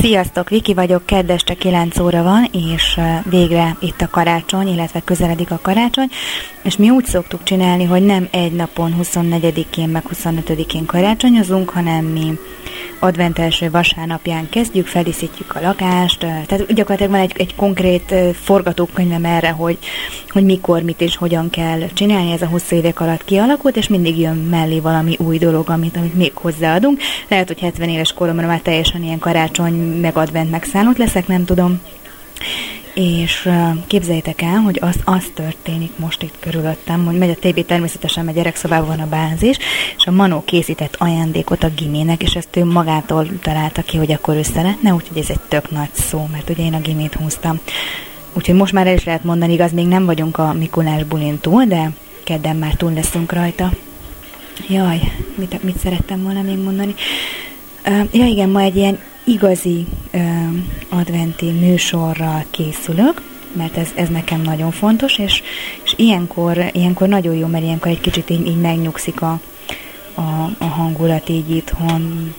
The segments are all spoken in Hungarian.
Sziasztok, Viki vagyok, kedd este 9 óra van, és végre itt a karácsony, illetve közeledik a karácsony, és mi úgy szoktuk csinálni, hogy nem egy napon 24-én meg 25-én karácsonyozunk, hanem mi advent első vasárnapján kezdjük, feldíszítjük a lakást, tehát gyakorlatilag van egy konkrét forgatókönyvem erre, hogy mikor, mit és hogyan kell csinálni, ez a 20 évek alatt kialakult, és mindig jön mellé valami új dolog, amit még hozzáadunk. Lehet, hogy 70 éves koromra már teljesen ilyen karácsony, meg advent megszállott leszek, nem tudom. És képzeljétek el, hogy az történik most itt körülöttem, hogy megy a TB, természetesen a gyerekszobában van a bázis, és a Manó készített ajándékot a Gimének, és ezt ő magától találta ki, hogy akkor ő szeretne, úgyhogy ez egy tök nagy szó, mert ugye én a Gimét húztam. Úgyhogy most már el is lehet mondani, igaz, még nem vagyunk a Mikulás bulin túl, de kedden már túl leszünk rajta. Jaj, mit szerettem volna még mondani? Ja igen, ma egy ilyen igazi adventi műsorral készülök, mert ez nekem nagyon fontos, és ilyenkor nagyon jó, mert ilyenkor egy kicsit így megnyugszik a hangulat így itthon,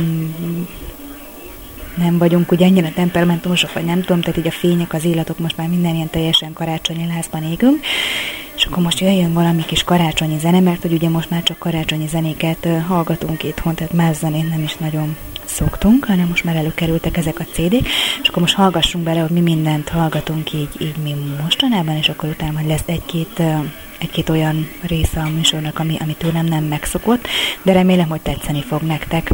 nem vagyunk ugye ennyire temperamentumosok, vagy nem tudom, tehát így a fények, az illatok, most már minden ilyen teljesen karácsonyi lázban égünk, és akkor most jöjjön valami kis karácsonyi zene, mert hogy ugye most már csak karácsonyi zenéket hallgatunk itthon, tehát más zenét nem is nagyon szoktunk, hanem most már előkerültek ezek a CD-k, és akkor most hallgassunk bele, hogy mi mindent hallgatunk így mi mostanában, és akkor utána lesz egy-két olyan része a műsornak, ami tőlem nem megszokott, de remélem, hogy tetszeni fog nektek.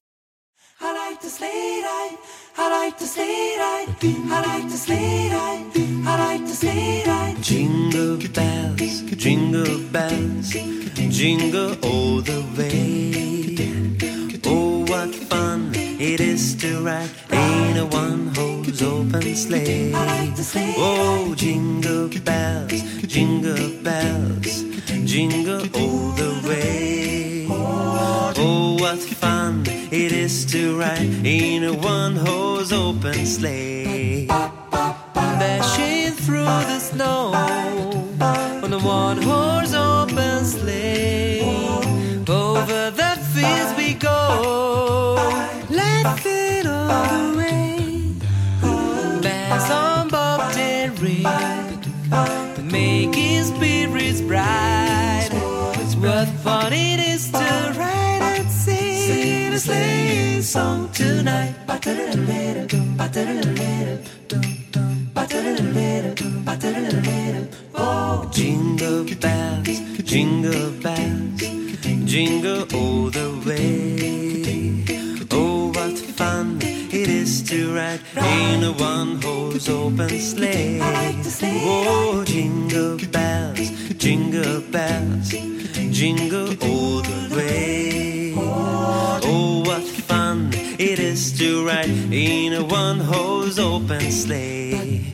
Jingle bells, jingle bells, jingle all the way. Oh, what fun it is to ride in a one-horse open sleigh. Oh, jingle bells, jingle bells, jingle all the way. Oh, what fun it is to ride in a one-horse open sleigh. Dashing through the snow on a one-horse open sleigh. Over the fields we go, laughing all the way. Bells on bobtail ring, making spirits bright. What fun it is to ride and sing a sleighing song tonight. Oh, jingle bells, jingle bells, jingle all the way. Oh, what fun it is to ride in a one-horse open sleigh. Oh, jingle bells, jingle bells, jingle all the way. Oh, what fun it is to ride in a one-horse open sleigh.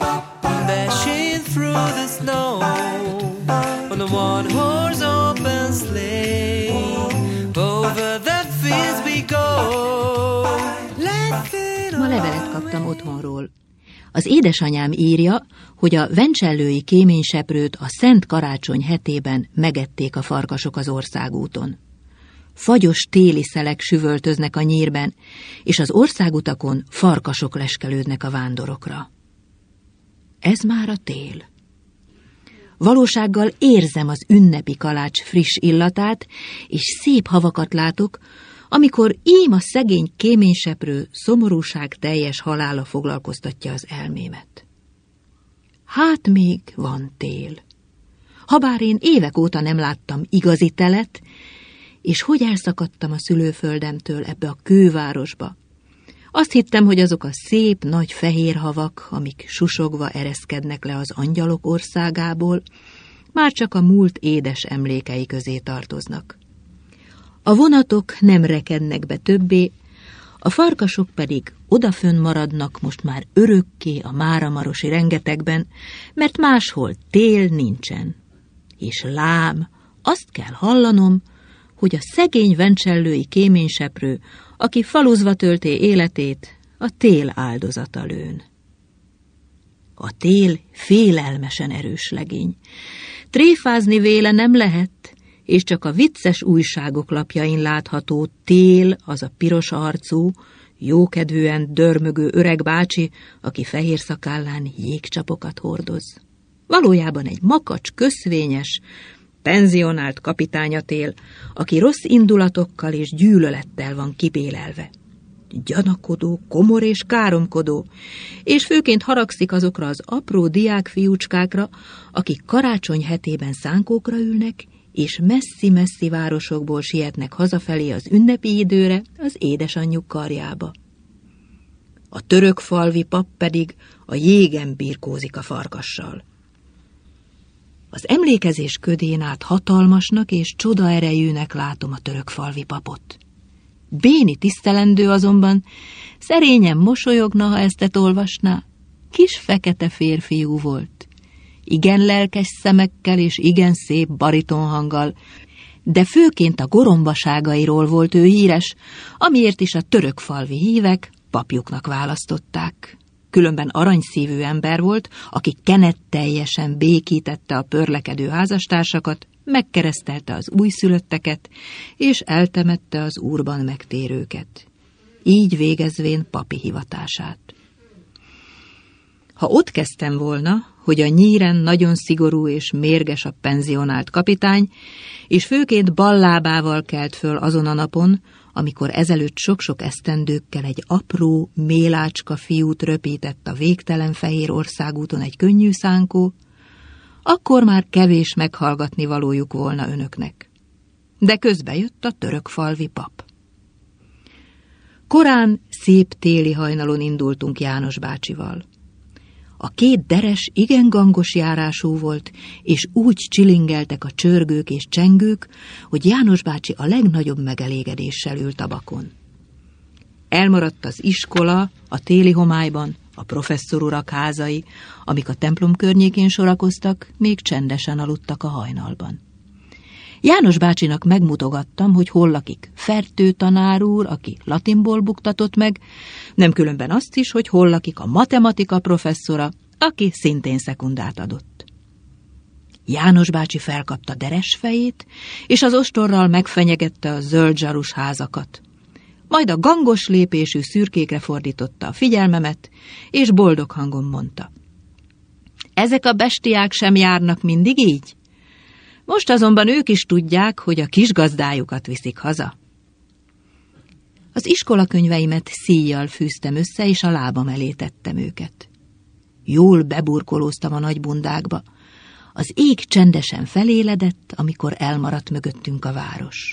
Dashing through the snow on a one-horse open sleigh. Over the fields we go. Ma levelet kaptam otthonról. Az édesanyám írja, hogy a vencsellői kéményseprőt a Szent Karácsony hetében megették a farkasok az országúton. Fagyos téli szelek süvöltöznek a nyírben, és az országutakon farkasok leskelődnek a vándorokra. Ez már a tél. Valósággal érzem az ünnepi kalács friss illatát, és szép havakat látok, amikor ím a szegény kéményseprő szomorúság teljes halála foglalkoztatja az elmémet. Hát még van tél. Habár én évek óta nem láttam igazi telet, és hogy elszakadtam a szülőföldemtől ebbe a kővárosba. Azt hittem, hogy azok a szép, nagy fehér havak, amik susogva ereszkednek le az angyalok országából, már csak a múlt édes emlékei közé tartoznak. A vonatok nem rekednek be többé, a farkasok pedig odafönn maradnak most már örökké a máramarosi rengetegben, mert máshol tél nincsen. És lám, azt kell hallanom, hogy a szegény vencsellői kéményseprő, aki faluzva tölté életét, a tél áldozata lőn. A tél félelmesen erős legény. Tréfázni véle nem lehet, és csak a vicces újságok lapjain látható tél, az a piros arcú, jókedvűen dörmögő öreg bácsi, aki fehér szakállán jégcsapokat hordoz. Valójában egy makacs, köszvényes, penzionált kapitányat él, aki rossz indulatokkal és gyűlölettel van kibélelve. Gyanakodó, komor és káromkodó, és főként haragszik azokra az apró diákfiúcskákra, akik karácsony hetében szánkókra ülnek, és messzi-messzi városokból sietnek hazafelé az ünnepi időre az édesanyjuk karjába. A törökfalvi pap pedig a jégen birkózik a farkassal. Az emlékezés ködén át hatalmasnak és csodaerejűnek látom a törökfalvi papot. Béni tisztelendő azonban szerényen mosolyogna, ha ezt olvasná. Kis fekete férfiú volt. Igen lelkes szemekkel és igen szép baritonhanggal, de főként a gorombaságairól volt ő híres, amiért is a törökfalvi hívek papjuknak választották. Különben aranyszívű ember volt, aki kenetteljesen békítette a pörlekedő házastársakat, megkeresztelte az újszülötteket, és eltemette az úrban megtérőket. Így végezvén papi hivatását. Ha ott kezdtem volna, hogy a nyíren nagyon szigorú és mérges a penzionált kapitány, és főként ballábával kelt föl azon a napon, amikor ezelőtt sok-sok esztendőkkel egy apró, mélácska fiút röpített a végtelen fehér országúton egy könnyű szánkó, akkor már kevés meghallgatni valójuk volna önöknek. De közbe jött a törökfalvi pap. Korán, szép téli hajnalon indultunk János bácsival. A két deres igen gangos járású volt, és úgy csilingeltek a csörgők és csengők, hogy János bácsi a legnagyobb megelégedéssel ült a bakon. Elmaradt az iskola a téli homályban, a professzorurak házai, amik a templom környékén sorakoztak, még csendesen aludtak a hajnalban. János bácsinak megmutogattam, hogy hol lakik Fertő tanár úr, aki latinból buktatott meg, nem különben azt is, hogy hol lakik a matematika professzora, aki szintén szekundát adott. János bácsi felkapta deres fejét, és az ostorral megfenyegette a zöld zsarus házakat. Majd a gangos lépésű szürkékre fordította a figyelmemet, és boldog hangon mondta: ezek a bestiák sem járnak mindig így? Most azonban ők is tudják, hogy a kisgazdájukat viszik haza. Az iskolakönyveimet szíjjal fűztem össze, és a lábam elé tettem őket. Jól beburkolóztam a nagy bundákba. Az ég csendesen feléledett, amikor elmaradt mögöttünk a város.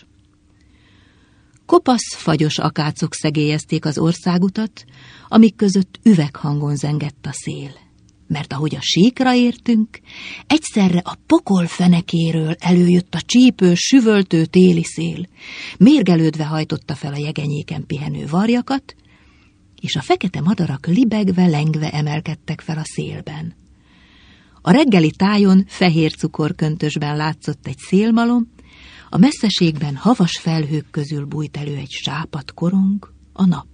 Kopasz, fagyos akácok szegélyezték az országutat, amik között üveghangon zengett a szél. Mert ahogy a síkra értünk, egyszerre a pokol fenekéről előjött a csípős, süvöltő téli szél, mérgelődve hajtotta fel a jegenyéken pihenő varjakat, és a fekete madarak libegve, lengve emelkedtek fel a szélben. A reggeli tájon fehér cukorköntösben látszott egy szélmalom, a messzeségben havas felhők közül bújt elő egy sápadt korong, a nap.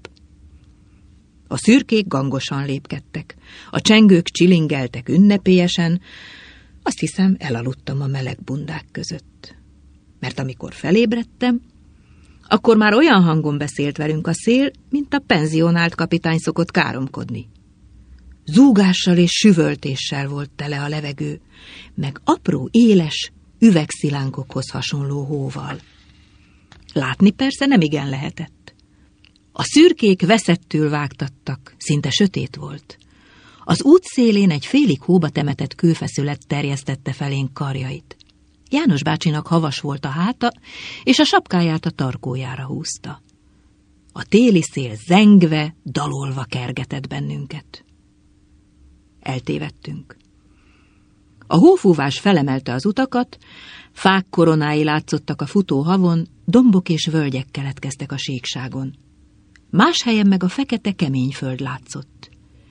A szürkék gangosan lépkedtek, a csengők csilingeltek ünnepélyesen, azt hiszem, elaludtam a meleg bundák között. Mert amikor felébredtem, akkor már olyan hangon beszélt velünk a szél, mint a penzionált kapitány szokott káromkodni. Zúgással és süvöltéssel volt tele a levegő, meg apró, éles, üvegszilánkokhoz hasonló hóval. Látni persze nem igen lehetett. A szürkék veszettül vágtattak, szinte sötét volt. Az út szélén egy félig hóba temetett kőfeszület terjesztette felénk karjait. János bácsinak havas volt a háta, és a sapkáját a tarkójára húzta. A téli szél zengve, dalolva kergetett bennünket. Eltévedtünk. A hófúvás felemelte az utakat, fák koronái látszottak a futó havon, dombok és völgyek keletkeztek a síkságon. Más helyen meg a fekete kemény föld látszott.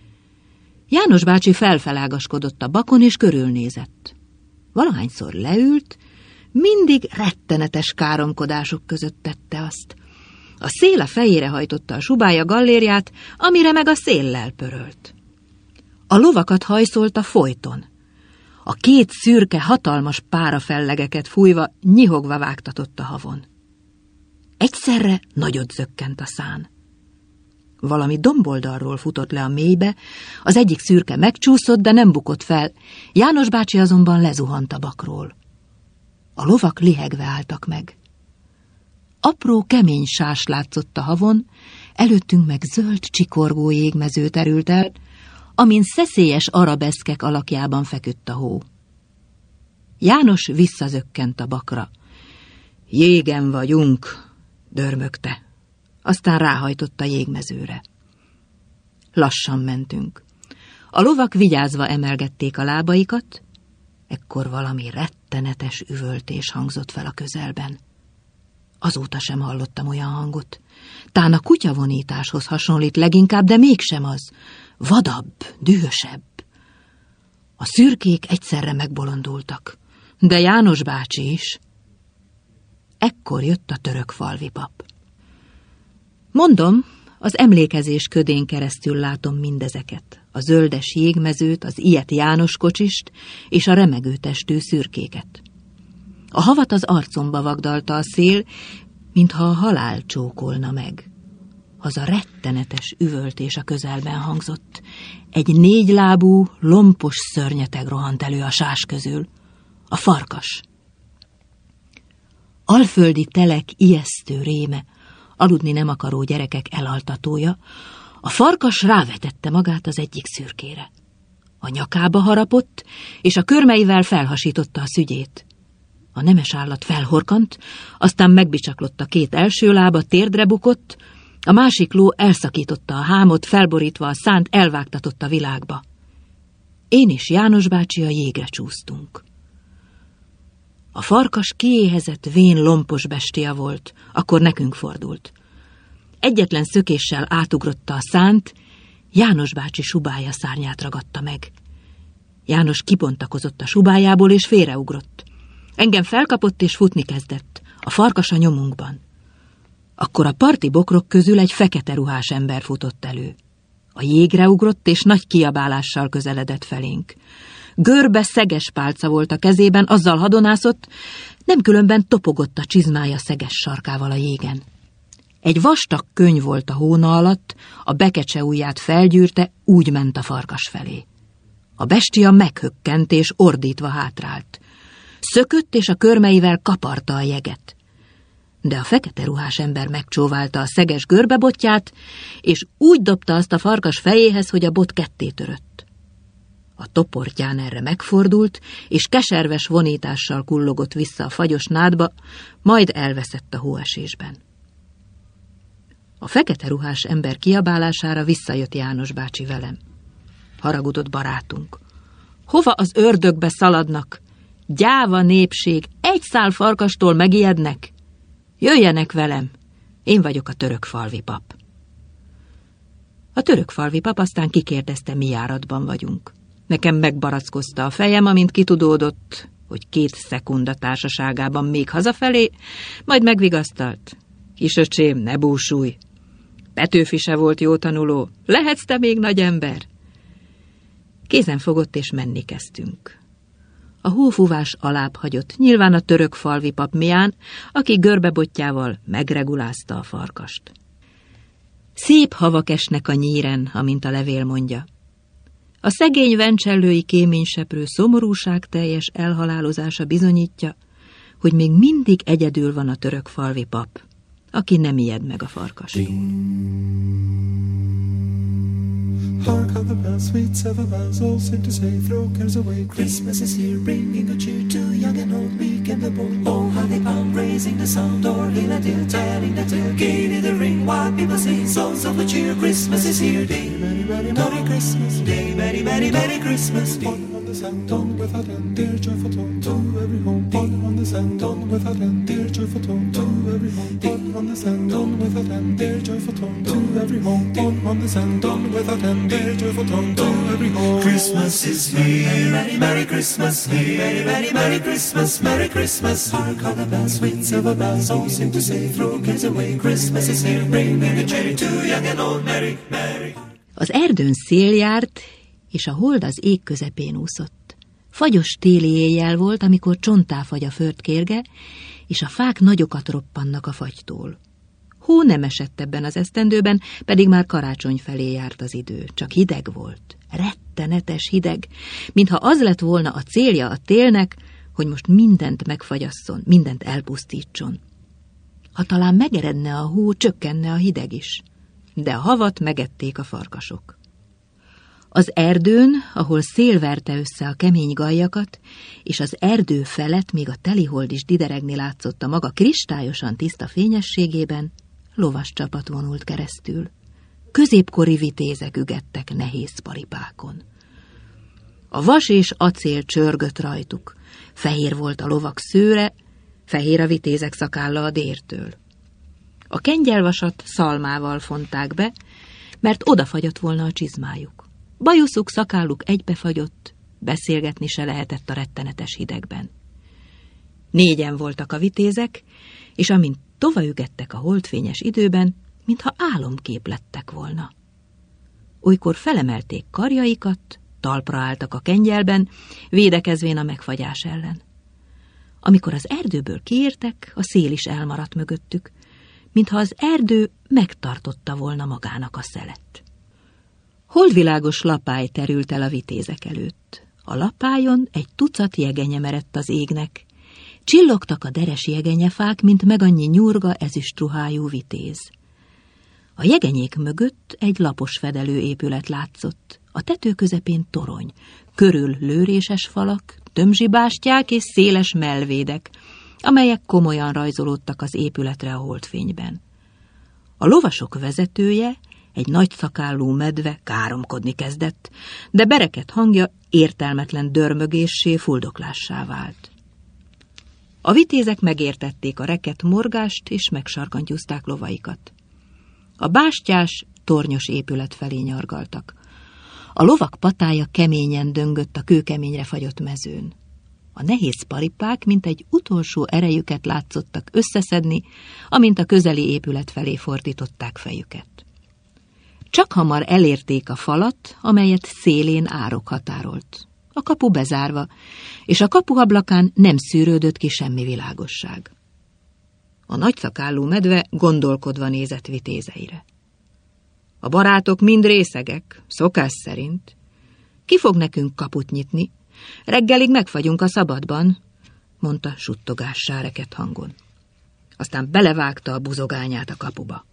János bácsi felfelágaskodott a bakon és körülnézett. Valahányszor leült, mindig rettenetes káromkodások között tette azt. A szél a fejére hajtotta a subája gallérját, amire meg a széllel pörölt. A lovakat hajszolta folyton. A két szürke, hatalmas párafellegeket fújva, nyihogva vágtatott a havon. Egyszerre nagyot zökkent a szán. Valami domboldalról futott le a mélybe, az egyik szürke megcsúszott, de nem bukott fel. János bácsi azonban lezuhant a bakról. A lovak lihegve álltak meg. Apró, kemény sás látszott a havon, előttünk meg zöld, csikorgó jégmező terült el, amin szeszélyes arabeszkek alakjában feküdt a hó. János visszazökkent a bakra. Jégen vagyunk, dörmögte. Aztán ráhajtott a jégmezőre. Lassan mentünk. A lovak vigyázva emelgették a lábaikat, ekkor valami rettenetes üvöltés hangzott fel a közelben. Azóta sem hallottam olyan hangot. Tán a kutyavonításhoz hasonlít leginkább, de mégsem az. Vadabb, dühösebb. A szürkék egyszerre megbolondultak, de János bácsi is. Ekkor jött a törökfalvi pap. Mondom, az emlékezés ködén keresztül látom mindezeket. A zöldes jégmezőt, az ilyet János kocsist és a remegő testű szürkéket. A havat az arcomba vagdalta a szél, mintha a halál csókolna meg. Az a rettenetes üvöltés a közelben hangzott. Egy 4 lábú, lompos szörnyeteg rohant elő a sás közül. A farkas. Alföldi telek ijesztő réme, aludni nem akaró gyerekek elaltatója, a farkas rávetette magát az egyik szürkére. A nyakába harapott, és a körmeivel felhasította a szügyét. A nemes állat felhorkant, aztán megbicsaklott a 2 első lába, térdre bukott, a másik ló elszakította a hámot, felborítva a szánt, elvágtatott a világba. Én és János bácsi a jégre csúsztunk. A farkas kiéhezett, vén, lompos bestia volt, akkor nekünk fordult. Egyetlen szökéssel átugrotta a szánt, János bácsi subája szárnyát ragadta meg. János kibontakozott a subájából, és félreugrott. Engem felkapott, és futni kezdett, a farkas a nyomunkban. Akkor a parti bokrok közül egy fekete ruhás ember futott elő. A jégre ugrott, és nagy kiabálással közeledett felénk. Görbe szeges pálca volt a kezében, azzal hadonászott, nem különben topogott a csizmája szeges sarkával a jégen. Egy vastag könyv volt a hóna alatt, a bekecse ujját felgyűrte, úgy ment a farkas felé. A bestia meghökkent, és ordítva hátrált. Szökött, és a körmeivel kaparta a jeget. De a fekete ruhás ember megcsóválta a szeges görbebotját, és úgy dobta azt a farkas fejéhez, hogy a bot ketté törött. A toportján erre megfordult, és keserves vonítással kullogott vissza a fagyos nádba, majd elveszett a hóesésben. A fekete ruhás ember kiabálására visszajött János bácsi velem. Haragudott barátunk. Hova az ördögbe szaladnak? Gyáva népség, egy szál farkastól megijednek? Jöjjenek velem, én vagyok a törökfalvi pap. A törökfalvi pap aztán kikérdezte, mi járatban vagyunk. Nekem megbarackozta a fejem, amint kitudódott, hogy 2 szekunda társaságában még hazafelé, majd megvigasztalt. Kisöcsém, ne búsulj! Petőfi se volt jó tanuló, lehetsz te még nagy ember? Kézen fogott, és menni kezdtünk. A hófúvás alább hagyott, nyilván a törökfalvi pap mián, aki görbebotjával megregulázta a farkast. Szép havak esnek a nyíren, amint a levél mondja. A szegény vencsellői kéményseprő szomorúságteljes elhalálozása bizonyítja, hogy még mindig egyedül van a törökfalvi pap, aki nem ijed meg a farkas. Hark how the bells, sweet silver bells, all seem to say, throw cares away. Christmas is here, bringing a cheer to young and old, meek and the bold. Oh, how they pound, raising the sound, or hill and dale, telling the tale. Gaily the ring, while people sing songs of cheer. Christmas is here, day, merry, merry, merry Christmas, day, merry, merry, merry Christmas, day. On the sand, done without end, dear joyful tone, to every home. On the sand, done without end, dear joyful tone, to every home. On the sand, done without end, dear joyful tone, to every home. On the sand, done without end, dear joyful tone, to every home. Christmas is here, merry, merry Christmas, merry, merry, merry Christmas, merry Christmas. Hark how the bells, sweet silver bells, all seem to say, throw cares away. Christmas is here, bringing a cheer to young and old, merry, merry. Az erdőn szél járt, és a hold az ég közepén úszott. Fagyos téli éjjel volt, amikor csontáfagy a földkérge, és a fák nagyokat roppannak a fagytól. Hó nem esett ebben az esztendőben, pedig már karácsony felé járt az idő. Csak hideg volt, rettenetes hideg, mintha az lett volna a célja a télnek, hogy most mindent megfagyasszon, mindent elpusztítson. Ha talán megeredne a hó, csökkenne a hideg is, de a havat megették a farkasok. Az erdőn, ahol szél verte össze a kemény gajjakat, és az erdő felett még a telihold is dideregni látszott a maga kristályosan tiszta fényességében, lovas csapat vonult keresztül. Középkori vitézek ügettek nehéz paripákon. A vas és acél csörgött rajtuk, fehér volt a lovak szőre, fehér a vitézek szakálla a dértől. A kengyelvasat szalmával fonták be, mert odafagyott volna a csizmájuk. Bajuszuk, szakálluk egybefagyott, beszélgetni se lehetett a rettenetes hidegben. 4 voltak a vitézek, és amint tovaügettek a holdfényes időben, mintha álomkép lettek volna. Olykor felemelték karjaikat, talpra álltak a kengyelben, védekezvén a megfagyás ellen. Amikor az erdőből kiértek, a szél is elmaradt mögöttük, mintha az erdő megtartotta volna magának a szelet. Holdvilágos lapály terült el a vitézek előtt. A lapályon egy tucat jegenye merett az égnek. Csillogtak a deres jegenyefák, mint meg annyi nyurga ezüstruhájú vitéz. A jegenyék mögött egy lapos fedelő épület látszott. A tető közepén torony, körül lőréses falak, tömzsibástyák és széles mellvédek, amelyek komolyan rajzolódtak az épületre a holdfényben. A lovasok vezetője, egy nagy szakállú medve káromkodni kezdett, de bereket hangja értelmetlen dörmögéssé, fuldoklássá vált. A vitézek megértették a reket morgást, és megsarkantyúzták lovaikat. A bástyás, tornyos épület felé nyargaltak. A lovak patája keményen döngött a kőkeményre fagyott mezőn. A nehéz paripák, mint egy utolsó erejüket látszottak összeszedni, amint a közeli épület felé fordították fejüket. Csak hamar elérték a falat, amelyet szélén árok határolt. A kapu bezárva, és a kapuablakán nem szűrődött ki semmi világosság. A nagyszakállú medve gondolkodva nézett vitézeire. A barátok mind részegek, szokás szerint. Ki fog nekünk kaput nyitni? Reggelig megfagyunk a szabadban, mondta suttogássá reket hangon. Aztán belevágta a buzogányát a kapuba.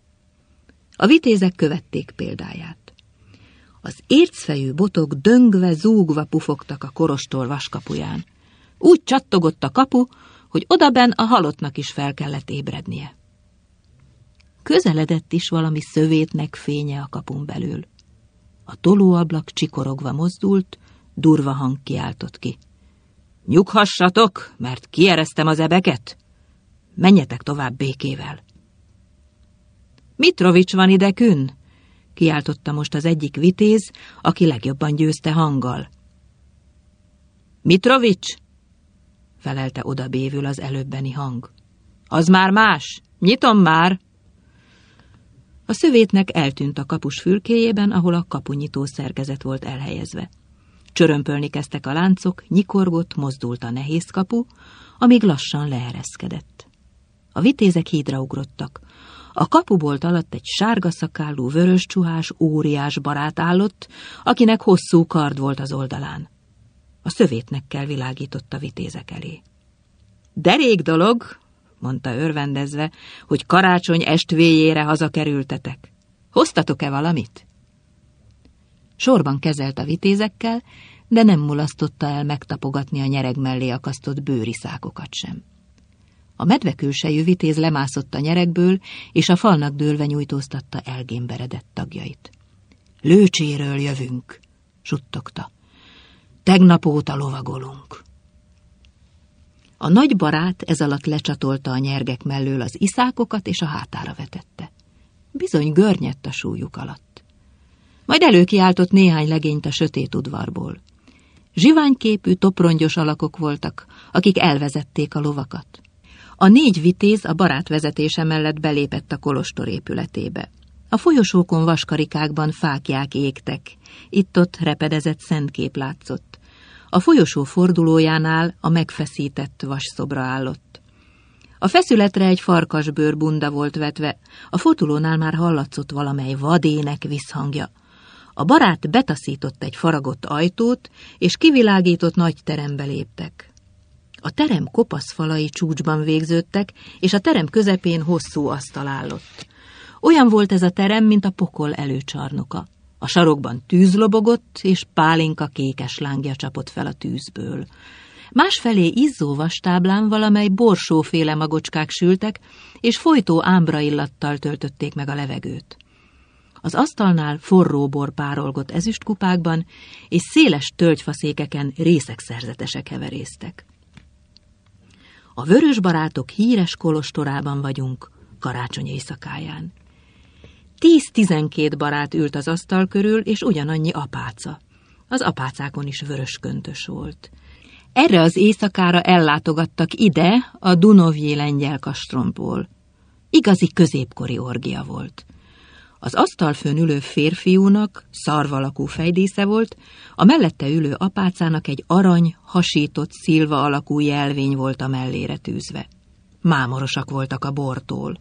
A vitézek követték példáját. Az ércfejű botok döngve, zúgva pufogtak a korostor vaskapuján. Úgy csattogott a kapu, hogy odabenn a halottnak is fel kellett ébrednie. Közeledett is valami szövétnek fénye a kapun belül. A tolóablak csikorogva mozdult, durva hang kiáltott ki. Nyughassatok, mert kieresztem az ebeket. Menjetek tovább békével. Mitrovics van ide künn? Kiáltotta most az egyik vitéz, aki legjobban győzte hanggal. Mitrovics? Felelte odabévül az előbbeni hang. Az már más, nyitom már! A szövétnek eltűnt a kapus fülkéjében, ahol a kapunyitó szerkezet volt elhelyezve. Csörömpölni kezdtek a láncok, nyikorgott, mozdult a nehéz kapu, amíg lassan leereszkedett. A vitézek hídra ugrottak. A kapubolt alatt egy sárga szakállú, vörös csuhás, óriás barát állott, akinek hosszú kard volt az oldalán. A szövétnekkel világított a vitézek elé. Derék dolog, mondta örvendezve, hogy karácsony estvéjére hazakerültetek. Hoztatok-e valamit? Sorban kezelt a vitézekkel, de nem mulasztotta el megtapogatni a nyereg mellé akasztott bőriszákokat sem. A medvekülsejű vitéz lemászott a nyeregből, és a falnak dőlve nyújtóztatta elgémberedett tagjait. Lőcséről jövünk, suttogta. Tegnap óta lovagolunk. A nagy barát ez alatt lecsatolta a nyergek mellől az iszákokat, és a hátára vetette. Bizony görnyedt a súlyuk alatt. Majd előkiáltott néhány legényt a sötét udvarból. Zsiványképű, toprongyos alakok voltak, akik elvezették a lovakat. A 4 vitéz a barát vezetése mellett belépett a kolostor épületébe. A folyosókon vaskarikákban fáklyák égtek, itt-ott repedezett szentkép látszott. A folyosó fordulójánál a megfeszített vasszobra állott. A feszületre egy farkasbőr bunda volt vetve, a fotulónál már hallatszott valamely vadének visszhangja. A barát betaszított egy faragott ajtót, és kivilágított nagy terembe léptek. A terem kopasz falai csúcsban végződtek, és a terem közepén hosszú asztal állott. Olyan volt ez a terem, mint a pokol előcsarnoka. A sarokban tűz lobogott, és pálinka kékes lángja csapott fel a tűzből. Másfelé izzó vastáblán valamely borsóféle magocskák sültek, és folytó ámbra illattal töltötték meg a levegőt. Az asztalnál forró bor párolgott ezüstkupákban, és széles tölgyfaszékeken részegszerzetesek heverésztek. A vörös barátok híres kolostorában vagyunk, karácsony éjszakáján. 10-12 barát ült az asztal körül, és ugyanannyi apáca. Az apácákon is vörös köntös volt. Erre az éjszakára ellátogattak ide a Dunovjé lengyel kastrompból. Igazi középkori orgia volt. Az asztalfőn ülő férfiúnak szarvalakú fejdísze volt, a mellette ülő apácának egy arany, hasított szilva alakú jelvény volt a mellére tűzve. Mámorosak voltak a bortól.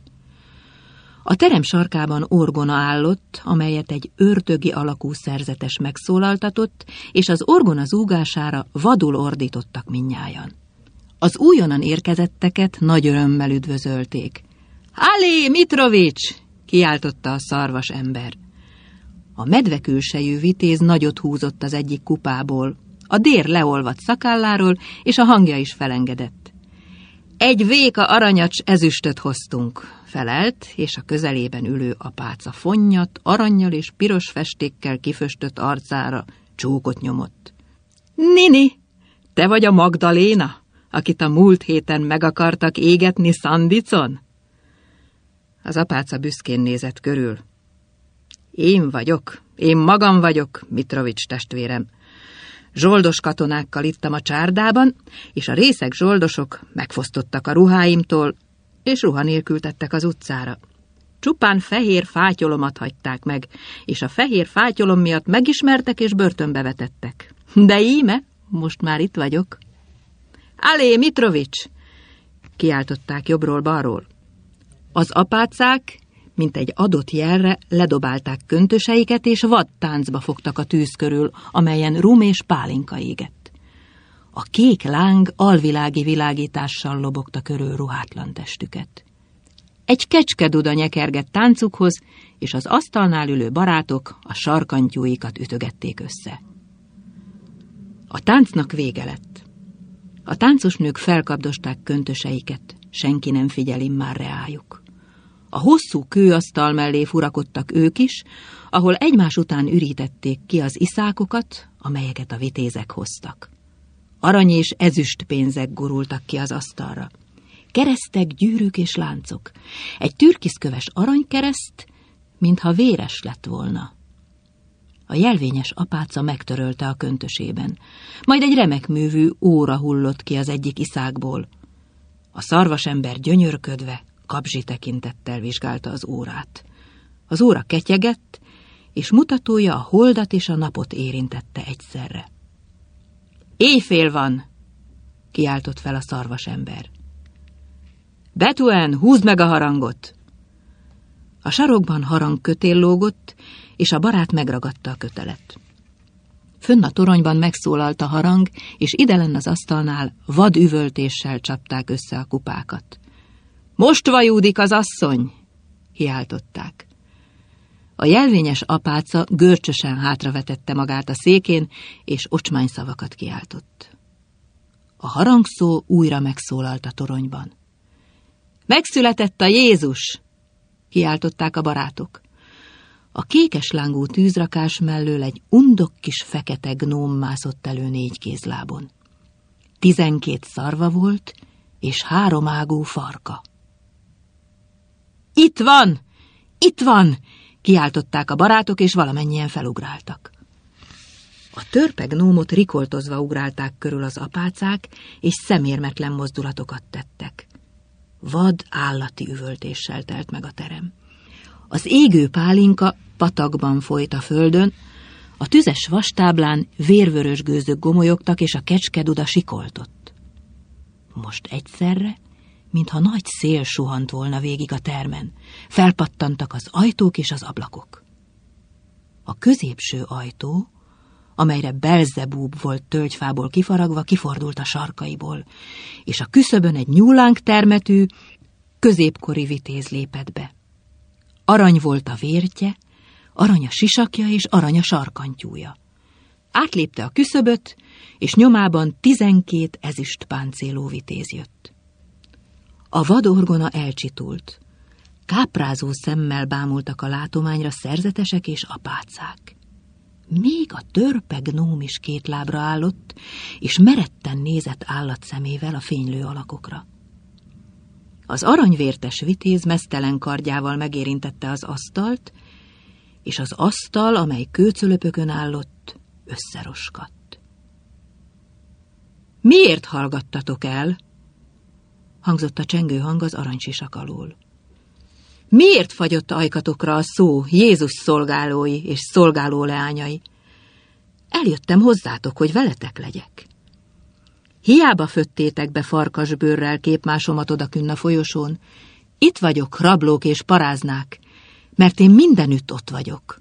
A terem sarkában orgona állott, amelyet egy ördögi alakú szerzetes megszólaltatott, és az orgona zúgására vadul ordítottak mindnyájan. Az újonnan érkezetteket nagy örömmel üdvözölték. Hálé, Mitrovics! Kiáltotta a szarvas ember. A medvekülsejű vitéz nagyot húzott az egyik kupából, a dér leolvadt szakálláról, és a hangja is felengedett. Egy véka aranyacs ezüstöt hoztunk, felelt, és a közelében ülő apáca fonnyat, arannyal és piros festékkel kiföstött arcára csókot nyomott. Nini, te vagy a Magdaléna, akit a múlt héten meg akartak égetni Szandicon? Az apáca büszkén nézett körül. Én magam vagyok, Mitrovics testvérem. Zsoldos katonákkal ittam a csárdában, és a részeg zsoldosok megfosztottak a ruháimtól, és ruha nélkül tettek az utcára. Csupán fehér fátyolomat hagyták meg, és a fehér fátyolom miatt megismertek és börtönbe vetettek. De íme, most már itt vagyok. Alé, Mitrovics! Kiáltották jobbról-balról. Az apácák, mint egy adott jelre, ledobálták köntöseiket, és vadtáncba fogtak a tűz körül, amelyen rum és pálinka égett. A kék láng alvilági világítással lobogta körül ruhátlan testüket. Egy kecskeduda nyekergett táncukhoz, és az asztalnál ülő barátok a sarkantyúikat ütögették össze. A táncnak vége lett. A táncosnők felkapdosták köntöseiket, senki nem figyeli már reájuk. A hosszú kőasztal mellé furakodtak ők is, ahol egymás után ürítették ki az iszákokat, amelyeket a vitézek hoztak. Arany és ezüst pénzek gurultak ki az asztalra. Keresztek, gyűrűk és láncok. Egy türkiszköves aranykereszt, mintha véres lett volna. A jelvényes apáca megtörölte a köntösében. Majd egy remekművű óra hullott ki az egyik iszákból. A szarvasember gyönyörködve, kabzsi tekintettel vizsgálta az órát. Az óra ketyegett, és mutatója a holdat és a napot érintette egyszerre. Éjfél van, kiáltott fel a szarvasember. Betuen, húzd meg a harangot! A sarokban harangkötél lógott, és a barát megragadta a kötelet. Fönn a toronyban megszólalt a harang, és idelen az asztalnál vad üvöltéssel csapták össze a kupákat. Most vajúdik az asszony! Kiáltották. A jelvényes apáca görcsösen hátravetette magát a székén, és ocsmány szavakat kiáltott. A harangszó újra megszólalt a toronyban. Megszületett a Jézus! Kiáltották a barátok. A kékes lángú tűzrakás mellől egy undok kis fekete gnóm mászott elő 4 kézlábon. 12 szarva volt, és 3 ágú farka. Itt van! Itt van! Kiáltották a barátok, és valamennyien felugráltak. A törpe gnómot rikoltozva ugrálták körül az apácák, és szemérmetlen mozdulatokat tettek. Vad állati üvöltéssel telt meg a terem. Az égő pálinka patakban folyt a földön, a tüzes vastáblán vérvörös gőzök gomolyogtak, és a kecskeduda sikoltott. Most egyszerre mintha nagy szél suhant volna végig a termen. Felpattantak az ajtók és az ablakok. A középső ajtó, amelyre Belzebúb volt tölgyfából kifaragva, kifordult a sarkaiból, és a küszöbön egy nyúlánk termetű, középkori vitéz lépett be. Arany volt a vértje, arany a sisakja és arany a sarkantyúja. Átlépte a küszöböt, és nyomában 12 ezüst páncéló vitéz jött. A vadorgona elcsitult. Káprázó szemmel bámultak a látományra szerzetesek és apácák. Még a törpe gnóm is két lábra állott, és meretten nézett állatszemével a fénylő alakokra. Az aranyvértes vitéz meztelen kardjával megérintette az asztalt, és az asztal, amely kőcölöpökön állott, összeroskadt. Miért hallgattatok el? Hangzott a csengő hang az aranysisak alól. Miért fagyott ajkatokra a szó, Jézus szolgálói és szolgáló leányai? Eljöttem hozzátok, hogy veletek legyek. Hiába föttétek be farkasbőrrel képmásomat odakünn a folyosón. Itt vagyok, rablók és paráznák, mert én mindenütt ott vagyok.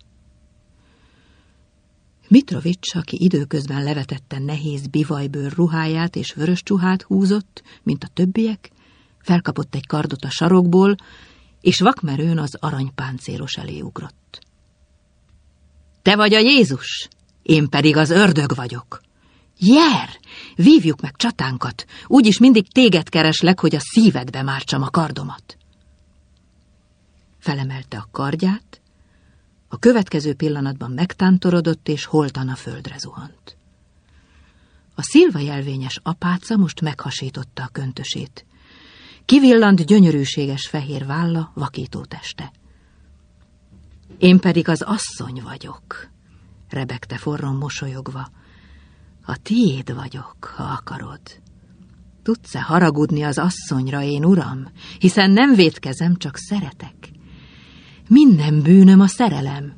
Mitrovics, aki időközben levetette nehéz bivajbőr ruháját és vörös csuhát húzott, mint a többiek, felkapott egy kardot a sarokból, és vakmerőn az aranypáncélos elé ugrott. Te vagy a Jézus, én pedig az ördög vagyok. Jer, vívjuk meg csatánkat, úgyis mindig téged kereslek, hogy a szívedbe mártsam a kardomat. Felemelte a kardját, a következő pillanatban megtántorodott, és holtan a földre zuhant. A szilvajelvényes apáca most meghasította a köntösét. Kivillant gyönyörűséges fehér válla, vakító teste. Én pedig az asszony vagyok, rebegte forron mosolyogva. A tiéd vagyok, ha akarod. Tudsz-e haragudni az asszonyra, én uram, hiszen nem vétkezem, csak szeretek. Minden bűnöm a szerelem.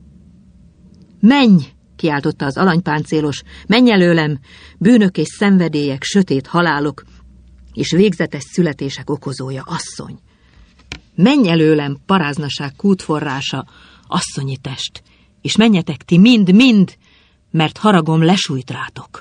Menj, kiáltotta az aranypáncélos, menj előlem, bűnök és szenvedélyek, sötét halálok, és végzetes születések okozója, asszony. Menj előlem, paráznaság kútforrása, asszonyi test, és menjetek ti mind, mert haragom lesújt rátok.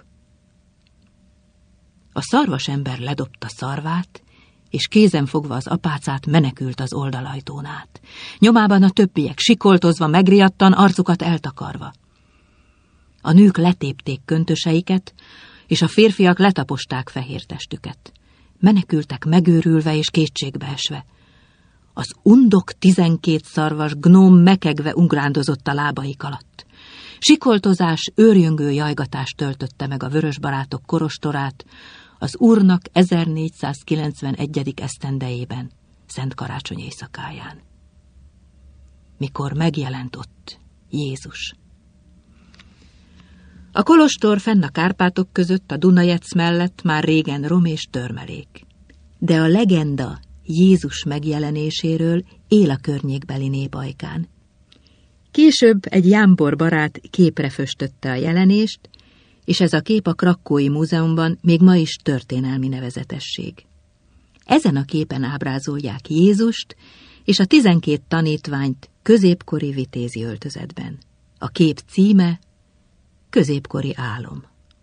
A szarvasember ledobta szarvát, és kézen fogva az apácát menekült az oldalajtón át. Nyomában a többiek sikoltozva, megriadtan, arcukat eltakarva. A nők letépték köntöseiket, és a férfiak letaposták fehér testüket. Menekültek megőrülve és kétségbeesve. Az undok 12 szarvas gnóm mekegve ugrándozott a lábaik alatt. Sikoltozás, őrjöngő jajgatás töltötte meg a vörösbarátok korostorát az Úrnak 1491. esztendejében, Szent Karácsony éjszakáján. Mikor megjelent ott Jézus. A kolostor fenn a Kárpátok között, a Dunajec mellett már régen rom és törmelék. De a legenda Jézus megjelenéséről él a környékbeli népajkán. Később egy jámbor barát képre föstötte a jelenést, és ez a kép a Krakkói Múzeumban még ma is történelmi nevezetesség. Ezen a képen ábrázolják Jézust és a 12 tanítványt középkori vitézi öltözetben. A kép címe Középkori álom.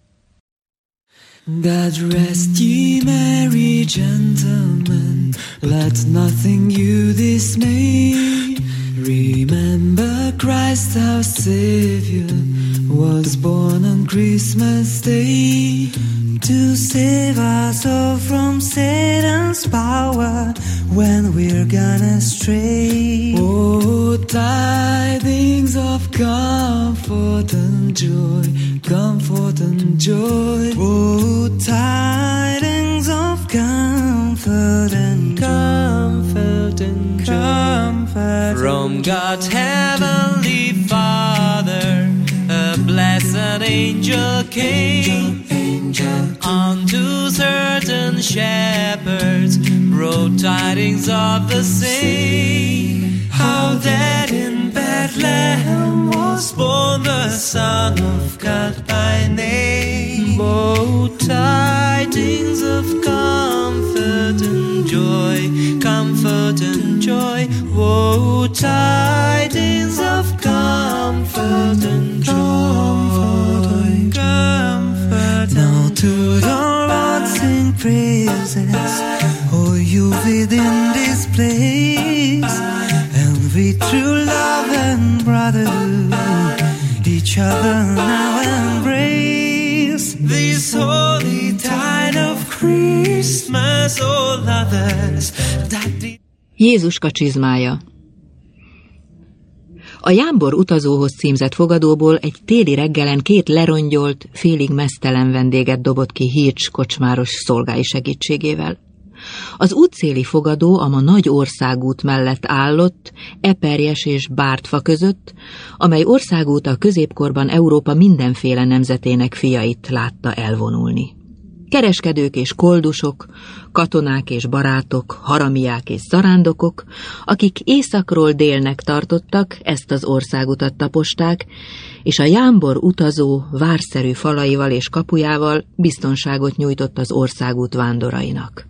God rest ye merry gentlemen, let nothing you dismay. Remember Christ our Savior was born on Christmas Day to save us all from Satan's power when we're gone astray. Oh, tidings of comfort and joy, comfort and joy. Oh, tidings of comfort and joy, comfort and joy. From God's heavenly Father, a blessed angel came. Unto certain shepherds brought tidings of the same, how that in Bethlehem was born the Son of God by name. Oh, tidings of comfort and joy, comfort and joy. Woe, tidings of comfort and joy. Comfort. Now to the Lord sing praises, oh, you within this place, and with true love and brotherhood, each other now embrace. This holy tide of Christmas, all others that the... Jézuska csizmája. A Jámbor utazóhoz címzett fogadóból egy téli reggelen 2 lerongyolt, félig meztelen vendéget dobott ki Hirsch kocsmáros szolgái segítségével. Az útszéli fogadó a ma nagy országút mellett állott, Eperjes és Bártfa között, amely országút a középkorban Európa mindenféle nemzetének fiait látta elvonulni. Kereskedők és koldusok, katonák és barátok, haramiák és zarándokok, akik északról délnek tartottak, ezt az országutat taposták, és a Jámbor utazó várszerű falaival és kapujával biztonságot nyújtott az országút vándorainak.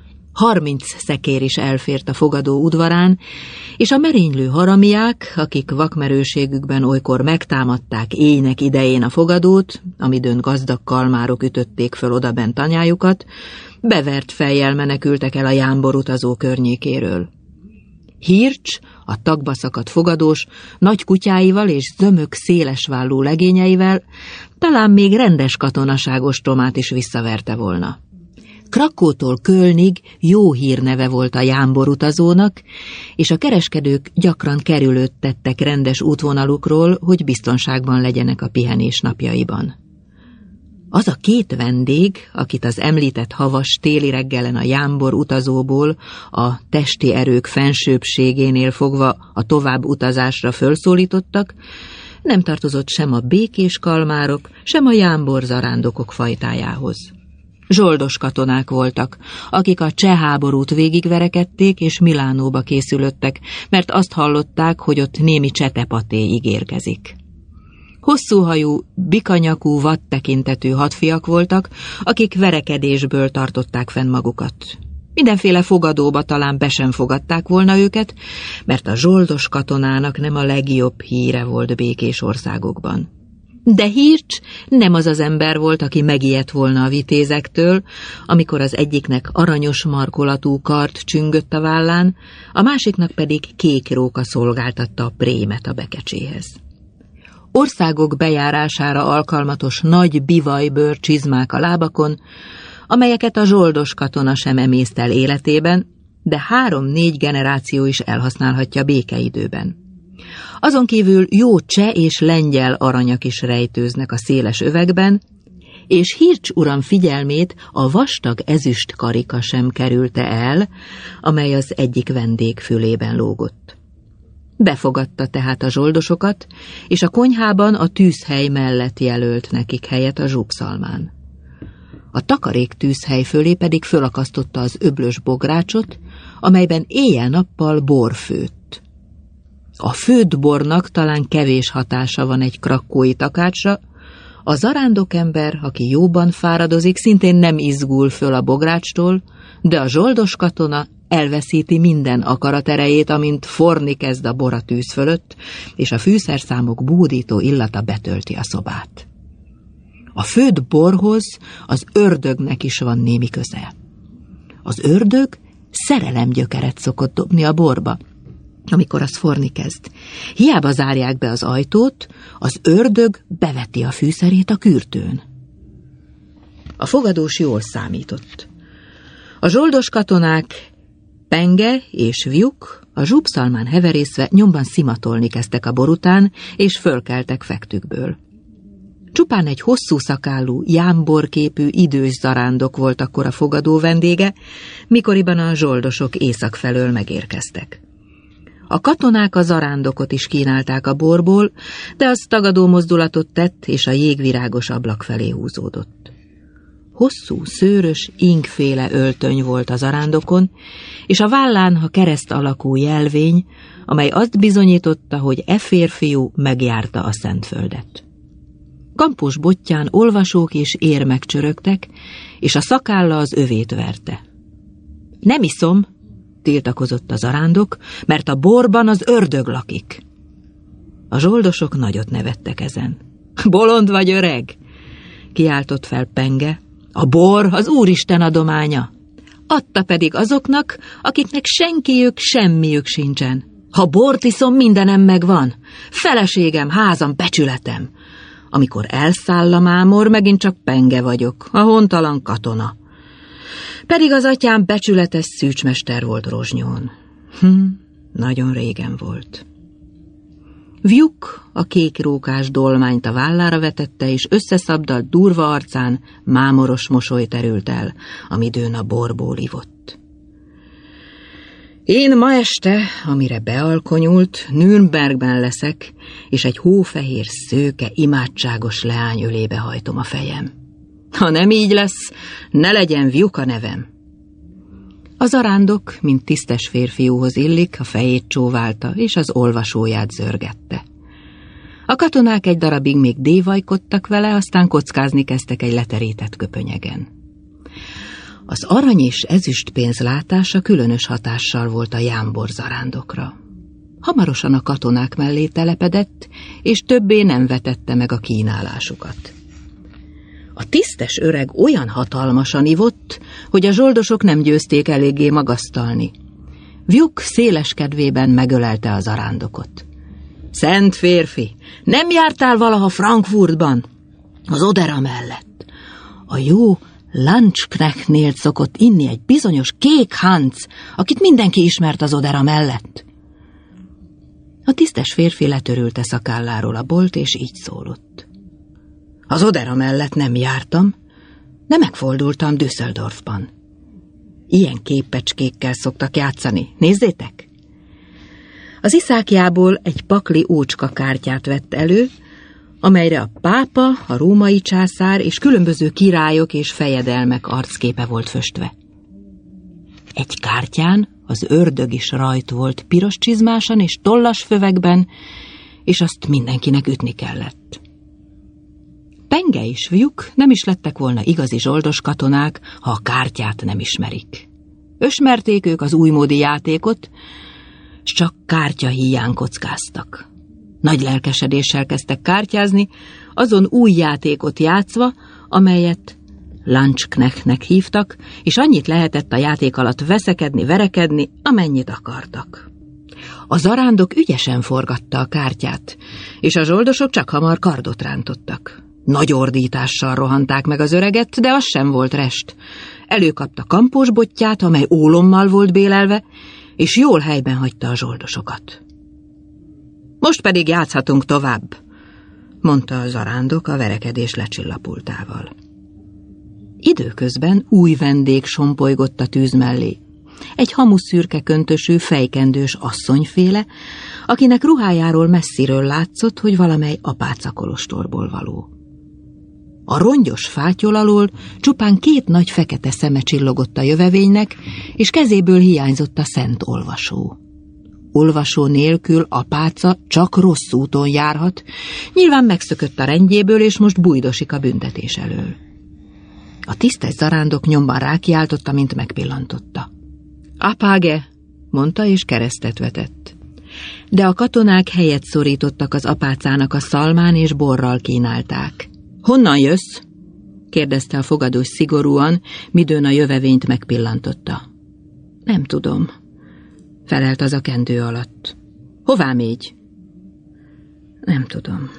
30 szekér is elfért a fogadó udvarán, és a merénylő haramiák, akik vakmerőségükben olykor megtámadták éjnek idején a fogadót, amidőn gazdag kalmárok ütötték föl odabent tanyájukat, bevert fejjel menekültek el a Jámbor utazó környékéről. Hirsch, a tagba szakadt fogadós, nagy kutyáival és zömök szélesvállú legényeivel talán még rendes katonaságos Tomát is visszaverte volna. Krakótól Kölnig jó hírneve volt a Jámbor utazónak, és a kereskedők gyakran kerülőt tettek rendes útvonalukról, hogy biztonságban legyenek a pihenés napjaiban. Az a 2 vendég, akit az említett havas téli reggelen a Jámbor utazóból a testi erők fensőbbségénél fogva a tovább utazásra fölszólítottak, nem tartozott sem a békés kalmárok, sem a Jámbor zarándokok fajtájához. Zsoldos katonák voltak, akik a cseh háborút végigverekedték és Milánóba készülöttek, mert azt hallották, hogy ott némi csetepaté ígérkezik. Hosszúhajú, bikanyakú, vadtekintetű hadfiak voltak, akik verekedésből tartották fenn magukat. Mindenféle fogadóba talán be sem fogadták volna őket, mert a zsoldos katonának nem a legjobb híre volt békés országokban. De Hirsch nem az az ember volt, aki megijedt volna a vitézektől, amikor az egyiknek aranyos markolatú kard csüngött a vállán, a másiknak pedig kék róka szolgáltatta a prémet a bekecséhez. Országok bejárására alkalmatos nagy bivajbőr csizmák a lábakon, amelyeket a zsoldos katona sem emészt el életében, de 3-4 generáció is elhasználhatja békeidőben. Azon kívül jó cseh és lengyel aranyak is rejtőznek a széles övegben, és Hirsch uram figyelmét a vastag ezüst karika sem kerülte el, amely az egyik vendég fülében lógott. Befogadta tehát a zsoldosokat, és a konyhában a tűzhely mellett jelölt nekik helyet a zsúkszalmán. A takarék tűzhely fölé pedig fölakasztotta az öblös bográcsot, amelyben éjjel-nappal bor főtt. A főtt bornak talán kevés hatása van egy krakkói takácsra, a zarándokember, aki jóban fáradozik, szintén nem izgul föl a bográcstól, de a zsoldos katona elveszíti minden akaraterejét, amint forni kezd a bor a tűz fölött, és a fűszerszámok búdító illata betölti a szobát. A főtt borhoz az ördögnek is van némi köze. Az ördög szerelemgyökeret szokott dobni a borba, amikor az forni kezd. Hiába zárják be az ajtót, az ördög beveti a fűszerét a kürtőn. A fogadós jól számított. A zsoldos katonák, Penge és Vjuk a zsúbszalmán heverészve nyomban szimatolni kezdtek a bor után, és fölkeltek fektükből. Csupán egy hosszú szakállú, jámborképű idős zarándok volt akkor a fogadó vendége, mikoriban a zsoldosok észak felől megérkeztek. A katonák a zarándokot is kínálták a borból, de az tagadó mozdulatot tett, és a jégvirágos ablak felé húzódott. Hosszú, szőrös, ingféle öltöny volt a zarándokon, és a vállán a kereszt alakú jelvény, amely azt bizonyította, hogy e férfiú megjárta a Szentföldet. Kampos bottyán olvasók és érmek csörögtek, és a szakálla az övét verte. Nem iszom, tiltakozott a zarándok, mert a borban az ördög lakik. A zsoldosok nagyot nevettek ezen. Bolond vagy, öreg? Kiáltott fel Penge. A bor az Úristen adománya. Adta pedig azoknak, akiknek senkiük, semmiük sincsen. Ha bort iszom, mindenem megvan. Feleségem, házam, becsületem. Amikor elszáll a mámor, megint csak Penge vagyok, a hontalan katona. Pedig az atyám becsületes szűcsmester volt Rozsnyón. Nagyon régen volt. Vjuk a kékrókás dolmányt a vállára vetette, és összeszabdalt durva arcán mámoros mosoly terült el, amidőn a borból ivott. Én ma este, amire bealkonyult, Nürnbergben leszek, és egy hófehér szőke, imádságos leány ölébe hajtom a fejem. Ha nem így lesz, ne legyen Vjuk a nevem. A zarándok, mint tisztes férfiúhoz illik, a fejét csóválta, és az olvasóját zörgette. A katonák egy darabig még dévajkodtak vele, aztán kockázni kezdtek egy leterített köpönyegen. Az arany és ezüst pénz látása különös hatással volt a jámbor zarándokra. Hamarosan a katonák mellé telepedett, és többé nem vetette meg a kínálásukat. A tisztes öreg olyan hatalmasan ivott, hogy a zsoldosok nem győzték eléggé magasztalni. Vjuk széles kedvében megölelte a zarándokot. Szent férfi, nem jártál valaha Frankfurtban? Az Odera mellett. A jó Landsknechtnél szokott inni egy bizonyos kék Hans, akit mindenki ismert az Odera mellett. A tisztes férfi letörülte szakálláról a bolt, és így szólott. Az Odera mellett nem jártam, de megfordultam Düsseldorfban. Ilyen képecskékkel szoktak játszani, nézzétek! Az iszákjából egy pakli ócska kártyát vett elő, amelyre a pápa, a római császár és különböző királyok és fejedelmek arcképe volt föstve. Egy kártyán az ördög is rajt volt piros csizmásan és tollas fövekben, és azt mindenkinek ütni kellett. Penge és Vjuk nem is lettek volna igazi zsoldos katonák, ha a kártyát nem ismerik. Ösmerték ők az újmódi játékot, s csak kártya híján kockáztak. Nagy lelkesedéssel kezdtek kártyázni, azon új játékot játszva, amelyet Landsknechtnek hívtak, és annyit lehetett a játék alatt veszekedni, verekedni, amennyit akartak. A zarándok ügyesen forgatta a kártyát, és a zsoldosok csak hamar kardot rántottak. Nagy ordítással rohanták meg az öreget, de az sem volt rest. Előkapta kampós botját, amely ólommal volt bélelve, és jól helyben hagyta a zsoldosokat. Most pedig játszhatunk tovább, mondta a zarándok a verekedés lecsillapultával. Időközben új vendég sompolygott a tűz mellé. Egy hamuszürke köntösű, fejkendős asszonyféle, akinek ruhájáról messziről látszott, hogy valamely apácakolostorból való. A rongyos fátyol alól csupán 2 nagy fekete szeme csillogott a jövevénynek, és kezéből hiányzott a szent olvasó. Olvasó nélkül apáca csak rossz úton járhat, nyilván megszökött a rendjéből, és most bújdosik a büntetés elől. A tisztes zarándok nyomban rákiáltotta, mint megpillantotta. Apáge, mondta, és keresztet vetett. De a katonák helyet szorítottak az apácának a szalmán, és borral kínálták. Honnan jössz? kérdezte a fogadós szigorúan, midőn a jövevényt megpillantotta. Nem tudom, felelt az a kendő alatt. Hová mégy? Nem tudom.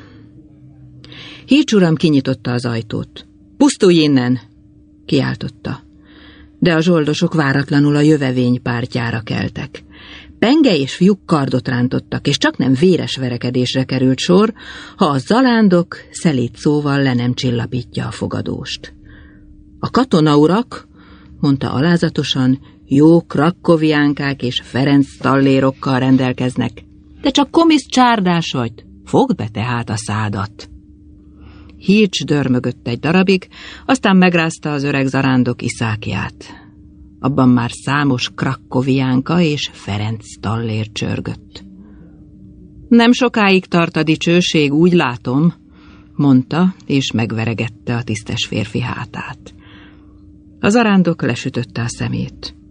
Hircs uram kinyitotta az ajtót. Pusztulj innen! Kiáltotta. De a zsoldosok váratlanul a jövevény pártjára keltek. Penge és Vjuk kardot rántottak, és csak nem véres verekedésre került sor, ha a zalándok szelíd szóval le nem csillapítja a fogadóst. A katonaurak, mondta alázatosan, jó krakkoviánkák és Ferenc tallérokkal rendelkeznek, de csak komisz csárdás vagy, fogd be tehát a szádat. Hircs dörmögött egy darabig, aztán megrázta az öreg zarándok iszákját. Abban már számos krakkoviánka és Ferenc tallér csörgött. Nem sokáig tart a dicsőség, úgy látom, mondta, és megveregette a tisztes férfi hátát. A zarándok lesütötte a szemét.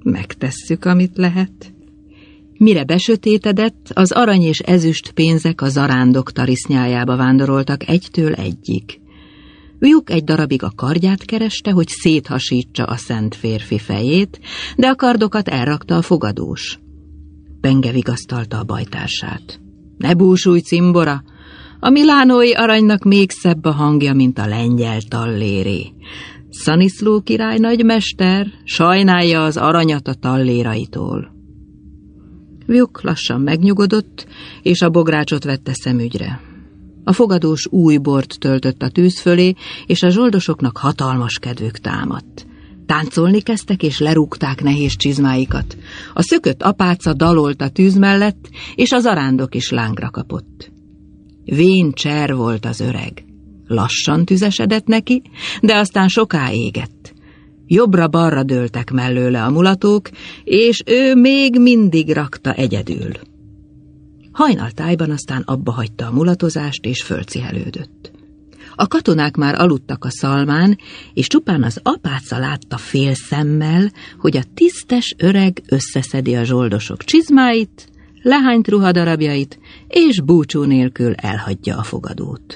Megtesszük, amit lehet. Mire besötétedett, az arany és ezüst pénzek a zarándok tarisznyájába vándoroltak egytől egyig. Vjuk egy darabig a kardját kereste, hogy széthasítsa a szent férfi fejét, de a kardokat elrakta a fogadós. Penge vigasztalta a bajtársát. Ne búsulj, cimbora! A milánói aranynak még szebb a hangja, mint a lengyel talléré. Szaniszló király nagymester sajnálja az aranyat a talléraitól. Vjuk lassan megnyugodott, és a bográcsot vette szemügyre. A fogadós új bort töltött a tűz fölé, és a zsoldosoknak hatalmas kedvük támadt. Táncolni kezdtek, és lerúgták nehéz csizmáikat. A szökött apáca dalolt a tűz mellett, és az zarándok is lángra kapott. Vén cser volt az öreg. Lassan tüzesedett neki, de aztán soká égett. Jobbra-balra dőltek mellőle a mulatók, és ő még mindig rakta egyedül. Hajnaltájban aztán abba hagyta a mulatozást, és fölcihelődött. A katonák már aludtak a szalmán, és csupán az apáca látta fél szemmel, hogy a tisztes öreg összeszedi a zsoldosok csizmáit, lehányt ruhadarabjait, és búcsú nélkül elhagyja a fogadót.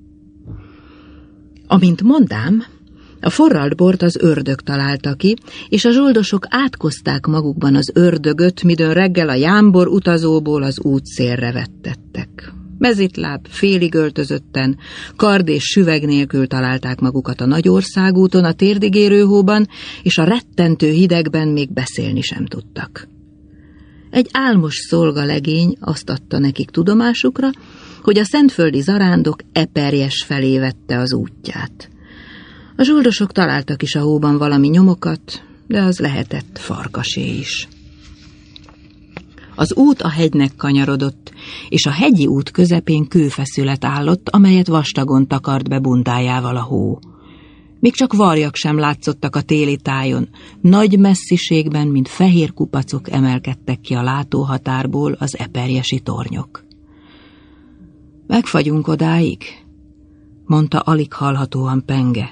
Amint mondám, a forralt bort az ördög találta ki, és a zsoldosok átkozták magukban az ördögöt, midőn reggel a jámbor utazóból az útszélre vettettek. Mezitláb, félig öltözötten, kard és süveg nélkül találták magukat a nagy országúton, a térdigérő hóban, és a rettentő hidegben még beszélni sem tudtak. Egy álmos szolgalegény azt adta nekik tudomásukra, hogy a szentföldi zarándok Eperjes felé vette az útját. A zsoldosok találtak is a hóban valami nyomokat, de az lehetett farkasé is. Az út a hegynek kanyarodott, és a hegyi út közepén kőfeszület állott, amelyet vastagon takart be bundájával a hó. Még csak varjak sem látszottak a téli tájon, nagy messziségben, mint fehér kupacok emelkedtek ki a látóhatárból az eperjesi tornyok. Megfagyunk odáig, mondta alig hallhatóan Penge.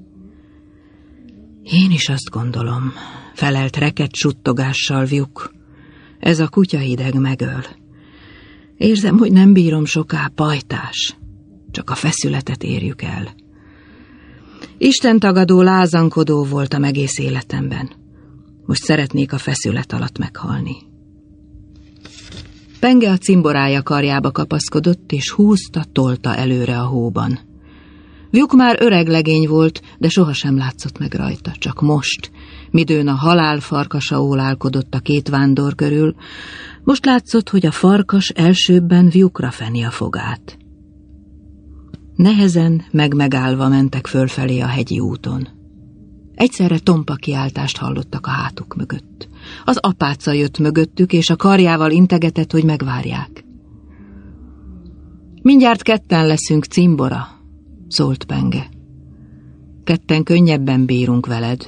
Én is azt gondolom, felelt reket suttogással Vjuk. Ez a kutyahideg megöl. Érzem, hogy nem bírom soká, pajtás. Csak a feszületet érjük el. Istentagadó, lázankodó voltam egész életemben. Most szeretnék a feszület alatt meghalni. Penge a cimborája karjába kapaszkodott, és húzta, tolta előre a hóban. Vjuk már öreg legény volt, de sohasem látszott meg rajta, csak most, midőn a halál farkasa ólálkodott a két vándor körül, most látszott, hogy a farkas elsőbben Vjukra feni a fogát. Nehezen, megállva mentek fölfelé a hegyi úton. Egyszerre tompa kiáltást hallottak a hátuk mögött. Az apáca jött mögöttük, és a karjával integetett, hogy megvárják. Mindjárt ketten leszünk, cimbora, szólt Penge. Ketten könnyebben bírunk veled.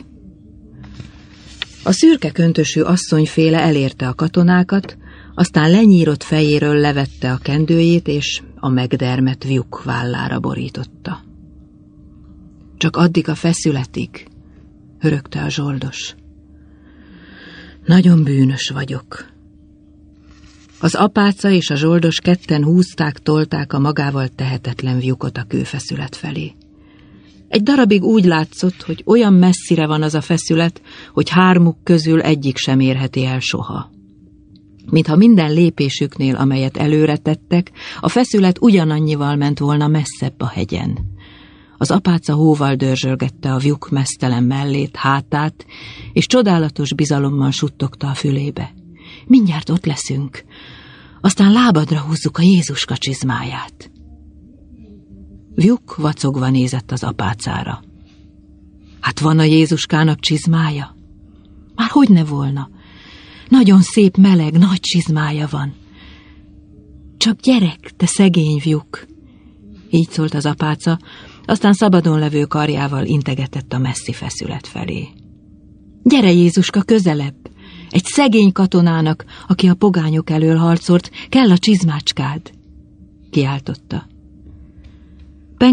A szürke köntösű asszonyféle elérte a katonákat, aztán lenyírott fejéről levette a kendőjét, és a megdermet Vjuk vállára borította. Csak addig a feszületig, hörögte a zsoldos. Nagyon bűnös vagyok. Az apáca és a zsoldos ketten húzták, tolták a magával tehetetlen Vjukot a kőfeszület felé. Egy darabig úgy látszott, hogy olyan messzire van az a feszület, hogy hármuk közül egyik sem érheti el soha. Mintha minden lépésüknél, amelyet előre tettek, a feszület ugyanannyival ment volna messzebb a hegyen. Az apáca hóval dörzsölgette a Vjuk meztelen mellét, hátát, és csodálatos bizalommal suttogta a fülébe. Mindjárt ott leszünk, aztán lábadra húzzuk a Jézuska csizmáját. Vjuk vacogva nézett az apácára. Hát van a Jézuskának csizmája? Már hogy ne volna? Nagyon szép, meleg, nagy csizmája van. Csak gyerek, te szegény Vjuk. Így szólt az apáca, aztán szabadon levő karjával integetett a messzi feszület felé. Gyere, Jézuska, közelebb! Egy szegény katonának, aki a pogányok elől harcolt, kell a csizmácskád, kiáltotta. Penge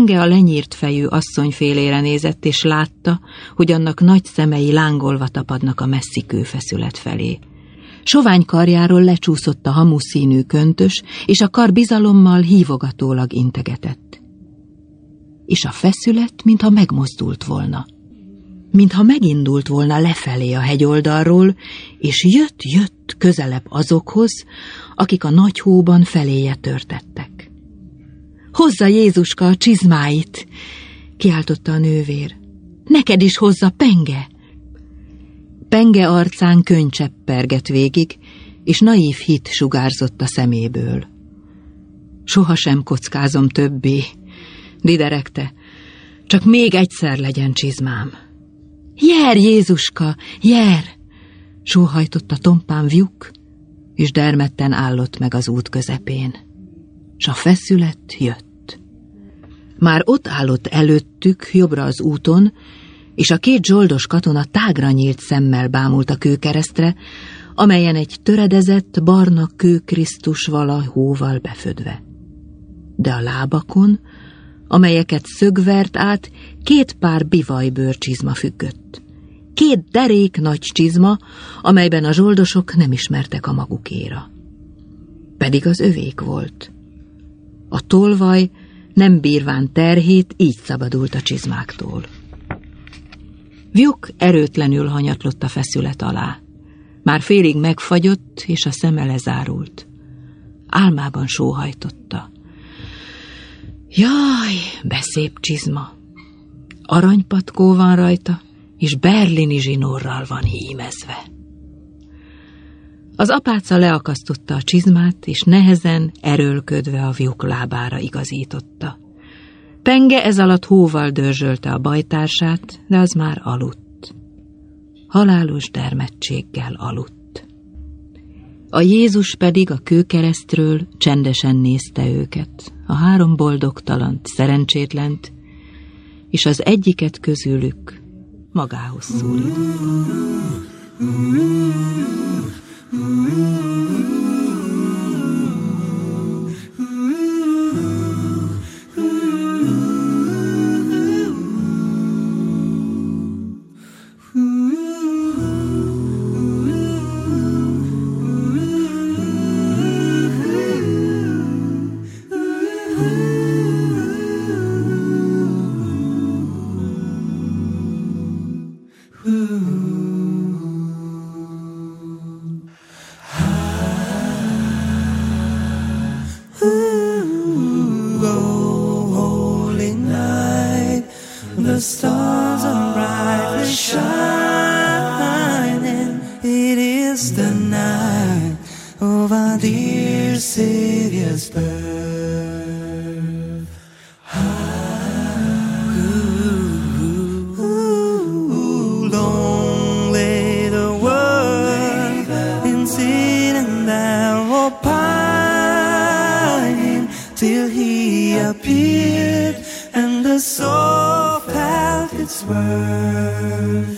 Penge a lenyírt fejű asszony félére nézett, és látta, hogy annak nagy szemei lángolva tapadnak a messzi kőfeszület felé. Sovány karjáról lecsúszott a hamuszínű köntös, és a kar bizalommal hívogatólag integetett. És a feszület, mintha megmozdult volna. Mintha megindult volna lefelé a hegyoldalról, és jött közelebb azokhoz, akik a nagy hóban feléje törtettek. Hozza Jézuska a csizmáit, kiáltotta a nővér. Neked is hozza, Penge! Penge arcán könycsepp pergett végig, és naív hit sugárzott a szeméből. Sohasem kockázom többé, dideregte, csak még egyszer legyen csizmám. Jár, Jézuska, jár! Sóhajtott a tompán Vjuk, és dermedten állott meg az út közepén. S a feszület jött. Már ott állott előttük, jobbra az úton, és a két zsoldos katona tágra nyílt szemmel bámult a kőkeresztre, amelyen egy töredezett, barna kőkrisztus vala hóval befödve. De a lábakon, amelyeket szög vert át, 2 pár bivajbőr csizma függött. 2 derék nagy csizma, amelyben a zsoldosok nem ismertek a magukéra. Pedig az övék volt. A tolvaj nem bírván terhét, így szabadult a csizmáktól. Vjuk erőtlenül hanyatlott a feszület alá. Már félig megfagyott, és a szeme lezárult. Álmában sóhajtotta. Jaj, beszép csizma! Aranypatkó van rajta, és berlini zsinórral van hímezve. Az apáca leakasztotta a csizmát, és nehezen, erőlködve a Vjuk lábára igazította. Penge ez alatt hóval dörzsölte a bajtársát, de az már aludt. Halálos dermedtséggel aludt. A Jézus pedig a kőkeresztről csendesen nézte őket, a 3 boldogtalant, szerencsétlent, és az egyiket közülük magához szólította. The stars are brightly shining. It is the night of our dear Savior's birth. Long lay the world in sin and narrow pining till He appeared, and the soul felt its worth.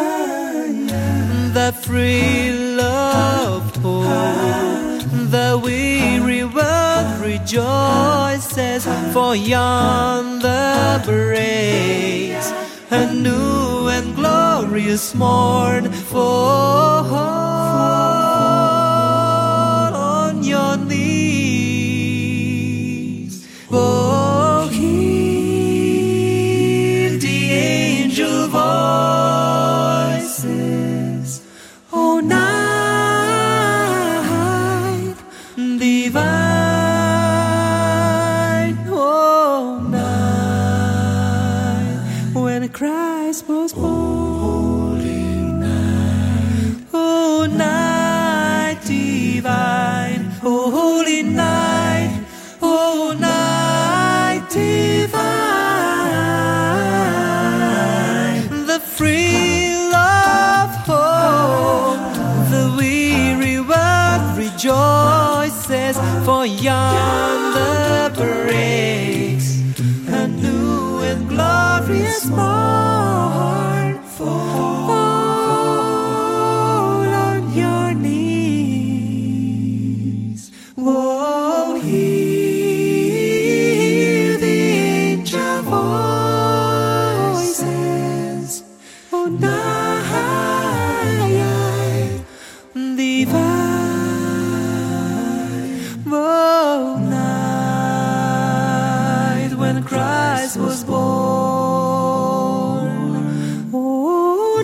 The free loved hope, the weary world rejoices, for yonder breaks a new and glorious morn. Fall on your knees. Oh, hear the angel voices. Oh, night divine. Oh, night when Christ was born. Holy night. Oh, night divine. Oh, holy night. Oh, night divine. The free love hope, the weary world rejoices, for yonder breaks a new and glorious morn. Fall on your knees. Whoa, hear the angel Christ was born. Oh,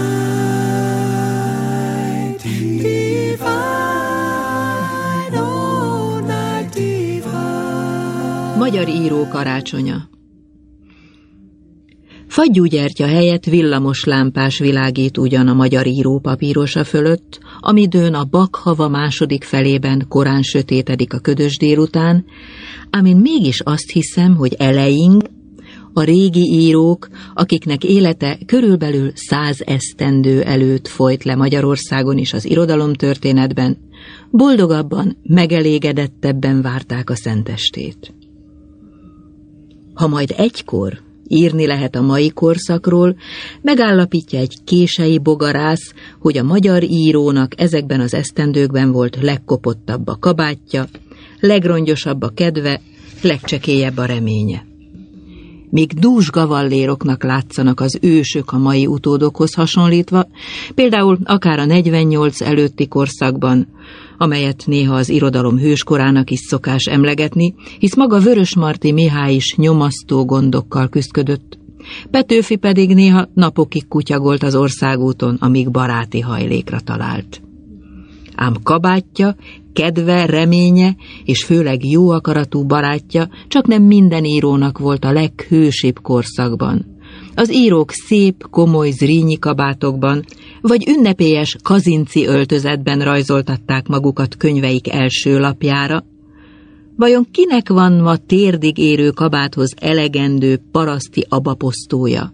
night divine, oh, night divine. Magyar író karácsonya. Fagyúgyertya helyett villamos lámpás világít ugyan a magyar író papírosa fölött, amidőn a bakhava második felében korán sötétedik a ködös délután, ám én mégis azt hiszem, hogy eleink, a régi írók, akiknek élete körülbelül 100 esztendő előtt folyt le Magyarországon is az irodalomtörténetben, boldogabban, megelégedettebben várták a szentestét. Ha majd egykor írni lehet a mai korszakról, megállapítja egy kései bogarász, hogy a magyar írónak ezekben az esztendőkben volt legkopottabb a kabátja, legrongyosabb a kedve, legcsekélyebb a reménye. Míg dús gavalléroknak látszanak az ősök a mai utódokhoz hasonlítva, például akár a 48 előtti korszakban, amelyet néha az irodalom hőskorának is szokás emlegetni, hisz maga Vörösmarty Mihály is nyomasztó gondokkal küszködött. Petőfi pedig néha napokig kutyagolt az országúton, amíg baráti hajlékra talált. Ám kabátja, kedve, reménye és főleg jó akaratú barátja csak nem minden írónak volt a leghősibb korszakban. Az írók szép, komoly zrínyi kabátokban, vagy ünnepélyes kazinci öltözetben rajzoltatták magukat könyveik első lapjára. Vajon kinek van ma térdig érő kabáthoz elegendő paraszti abaposztója?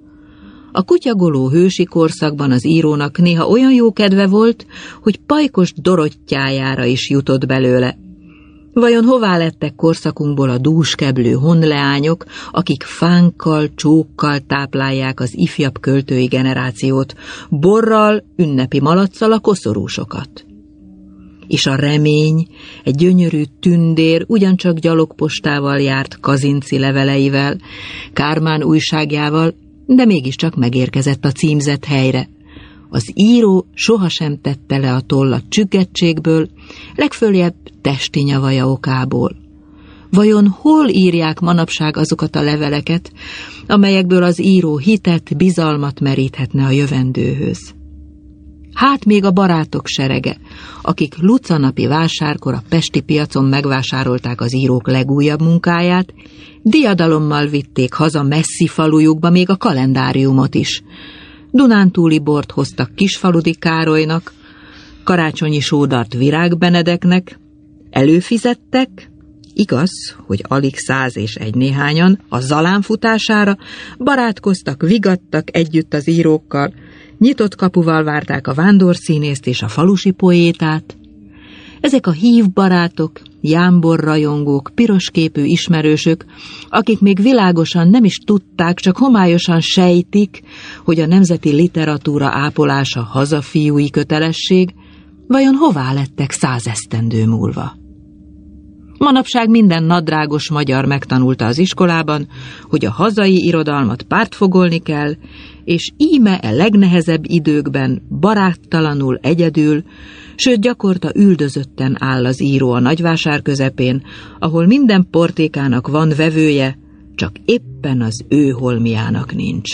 A kutyagoló hősi korszakban az írónak néha olyan jó kedve volt, hogy Pajkos Dorottyájára is jutott belőle. Vajon hová lettek korszakunkból a dúskeblő honleányok, akik fánkkal, csókkal táplálják az ifjabb költői generációt, borral, ünnepi malaccal a koszorúsokat? És a remény, egy gyönyörű tündér ugyancsak gyalogpostával járt kazinci leveleivel, Kármán újságjával, de mégiscsak megérkezett a címzett helyre. Az író sohasem tette le a tollat csüggettségből, legföljebb testi nyavaja okából. Vajon hol írják manapság azokat a leveleket, amelyekből az író hitet, bizalmat meríthetne a jövendőhöz? Hát még a barátok serege, akik lucanapi vásárkor a pesti piacon megvásárolták az írók legújabb munkáját, diadalommal vitték haza messzi falujukba még a kalendáriumot is. Dunántúli bort hoztak Kisfaludi Károlynak, karácsonyi sódart Virág Benedeknek, előfizettek, igaz, hogy alig 100 és egy néhányan, a Zalán futására, barátkoztak, vigadtak együtt az írókkal, nyitott kapuval várták a vándorszínészt és a falusi poétát. Ezek a hív barátok, jámbor rajongók, pirosképű ismerősök, akik még világosan nem is tudták, csak homályosan sejtik, hogy a nemzeti literatúra ápolása hazafiúi kötelesség, vajon hová lettek 100 esztendő múlva? Manapság minden nadrágos magyar megtanulta az iskolában, hogy a hazai irodalmat pártfogolni kell, és íme e legnehezebb időkben baráttalanul egyedül, sőt gyakorta üldözötten áll az író a nagyvásár közepén, ahol minden portékának van vevője, csak éppen az ő holmiának nincs.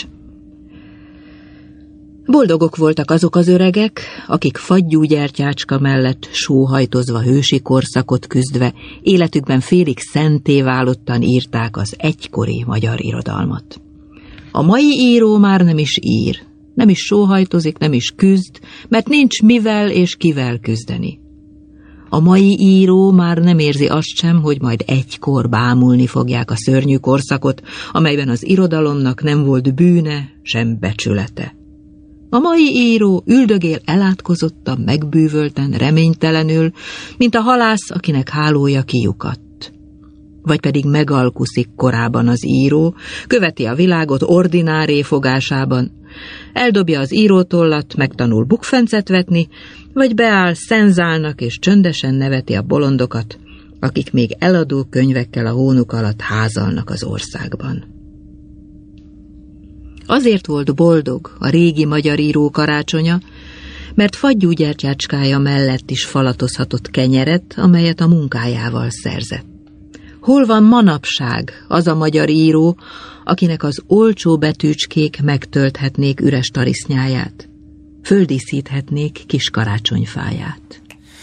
Boldogok voltak azok az öregek, akik fagyúgyertyácska mellett sóhajtozva hősi korszakot küzdve, életükben félig szenté válottan írták az egykori magyar irodalmat. A mai író már nem is ír, nem is sóhajtozik, nem is küzd, mert nincs mivel és kivel küzdeni. A mai író már nem érzi azt sem, hogy majd egykor bámulni fogják a szörnyű korszakot, amelyben az irodalomnak nem volt bűne, sem becsülete. A mai író üldögél elátkozottan, megbűvölten, reménytelenül, mint a halász, akinek hálója kiukadt. Vagy pedig megalkuszik korában az író, követi a világot ordináré fogásában, eldobja az írótollat, megtanul bukfencet vetni, vagy beáll szenzálnak és csöndesen neveti a bolondokat, akik még eladó könyvekkel a hónuk alatt házalnak az országban. Azért volt boldog a régi magyar író karácsonya, mert fagyúgyertyácskája mellett is falatozhatott kenyeret, amelyet a munkájával szerzett. Hol van manapság az a magyar író, akinek az olcsó betűcskék megtölthetnék üres tarisznyáját, földíszíthetnék kis karácsonyfáját?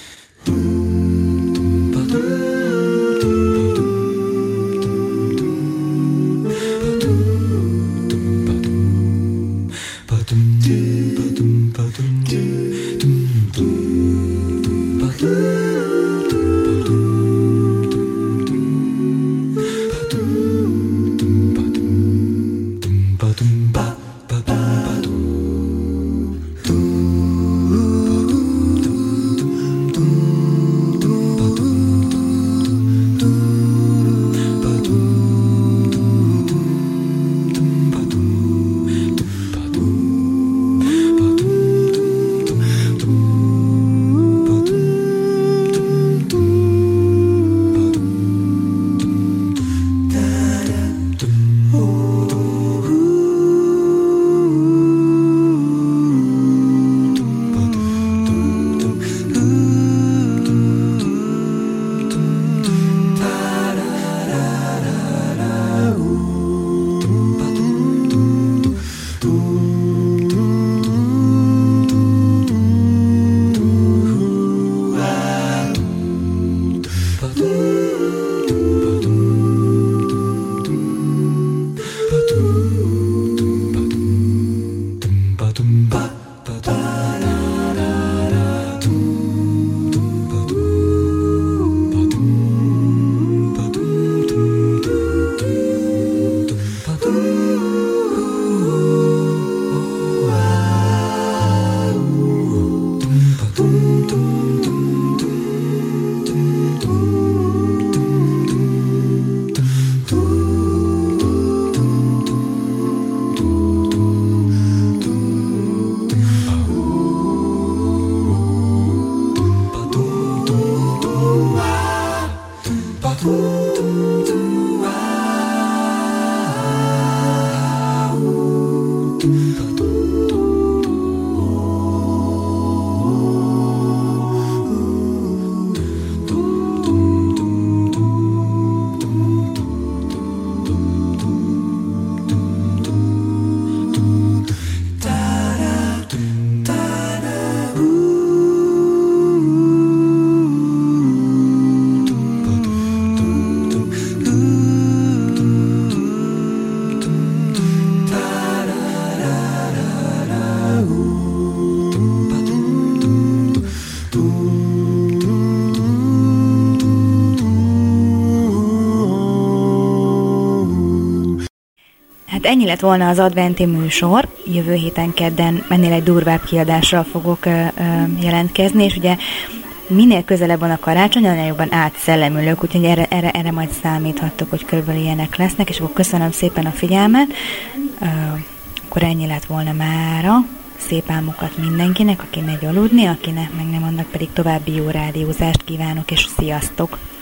Ennyi lett volna az adventi műsor. Jövő héten kedden ennél egy durvább kiadással fogok jelentkezni, és ugye minél közelebb van a karácsony, annál jobban átszellemülök, úgyhogy erre majd számíthattok, hogy körülbelül ilyenek lesznek, és akkor köszönöm szépen a figyelmet. Akkor ennyi lett volna mára. Szép álmokat mindenkinek, aki megy aludni, akinek meg nem, annak pedig további jó rádiózást kívánok, és sziasztok!